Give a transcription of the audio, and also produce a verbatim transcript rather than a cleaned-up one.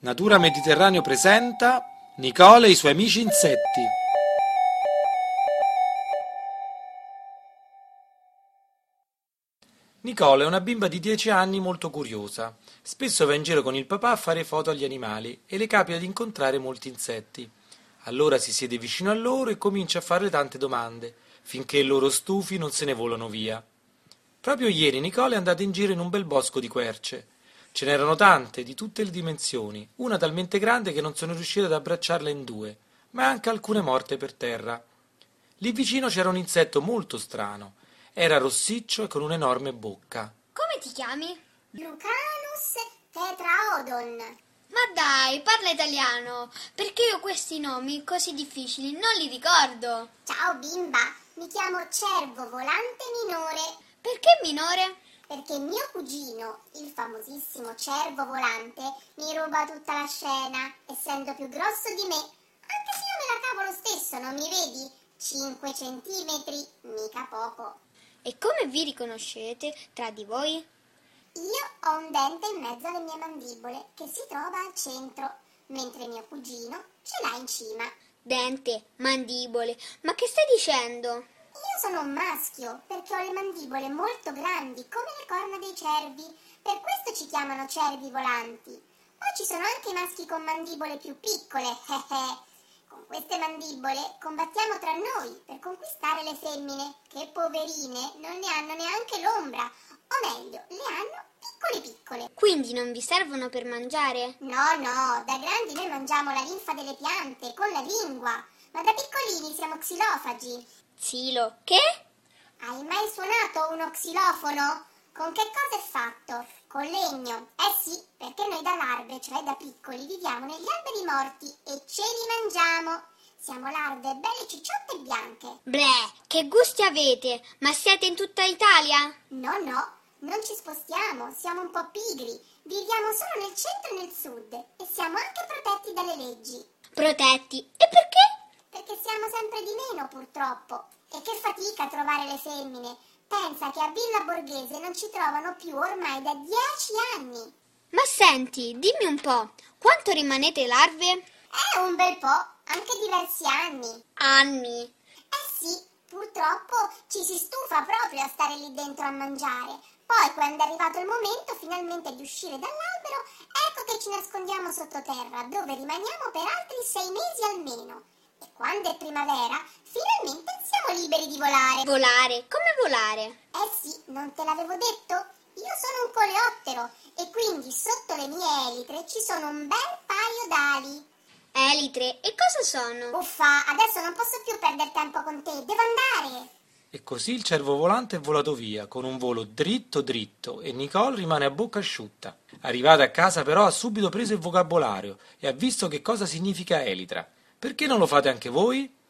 Natura Mediterraneo presenta Nicole e i suoi amici insetti. Nicole è una bimba di dieci anni molto curiosa. Spesso va in giro con il papà a fare foto agli animali e le capita di incontrare molti insetti. Allora si siede vicino a loro e comincia a farle tante domande, finché loro stufi non se ne volano via. Proprio ieri Nicole è andata in giro in un bel bosco di querce. Ce n'erano tante, di tutte le dimensioni, una talmente grande che non sono riuscita ad abbracciarla in due, ma anche alcune morte per terra. Lì vicino c'era un insetto molto strano. Era rossiccio e con un'enorme bocca. Come ti chiami? Lucanus tetraodon. Ma dai, parla italiano, perché io questi nomi così difficili non li ricordo. Ciao bimba, mi chiamo cervo volante minore. Perché minore? Perché mio cugino, il famosissimo cervo volante, mi ruba tutta la scena, essendo più grosso di me. Anche se io me la cavo lo stesso, non mi vedi? cinque centimetri, mica poco. E come vi riconoscete tra di voi? Io ho un dente in mezzo alle mie mandibole, che si trova al centro, mentre mio cugino ce l'ha in cima. Dente, mandibole, ma che stai dicendo? Io sono un maschio, perché ho le mandibole molto grandi, come le corna dei cervi. Per questo ci chiamano cervi volanti. Poi ci sono anche i maschi con mandibole più piccole, eh eh. Con queste mandibole combattiamo tra noi per conquistare le femmine, che poverine non ne hanno neanche l'ombra, o meglio, le hanno piccole piccole. Quindi non vi servono per mangiare? No, no, da grandi noi mangiamo la linfa delle piante, con la lingua, ma da piccolini siamo xilofagi. Xilo, che? Hai mai suonato uno xilofono? Con che cosa è fatto? Con legno. Eh sì, perché noi da larve, cioè da piccoli, viviamo negli alberi morti e ce li mangiamo. Siamo larve belle cicciotte e bianche. Bleh, che gusti avete? Ma siete in tutta Italia? No, no, non ci spostiamo, siamo un po' pigri. Viviamo solo nel centro e nel sud e siamo anche protetti dalle leggi. Protetti? E perché? Perché siamo sempre di meno, purtroppo. E che fatica trovare le femmine. Pensa che a Villa Borghese non ci trovano più ormai da dieci anni. Ma senti, dimmi un po', quanto rimanete larve? È un bel po', anche diversi anni. Anni? Eh sì, purtroppo ci si stufa proprio a stare lì dentro a mangiare. Poi, quando è arrivato il momento finalmente di uscire dall'albero, ecco che ci nascondiamo sottoterra, dove rimaniamo per altri sei mesi almeno. E quando è primavera, finalmente siamo liberi di volare. Volare? Come volare? Eh sì, non te l'avevo detto? Io sono un coleottero e quindi sotto le mie elitre ci sono un bel paio d'ali. Elitre? E cosa sono? Uffa, adesso non posso più perdere tempo con te, devo andare. E così il cervo volante è volato via, con un volo dritto dritto, e Nicole rimane a bocca asciutta. Arrivata a casa però ha subito preso il vocabolario e ha visto che cosa significa elitra. Perché non lo fate anche voi?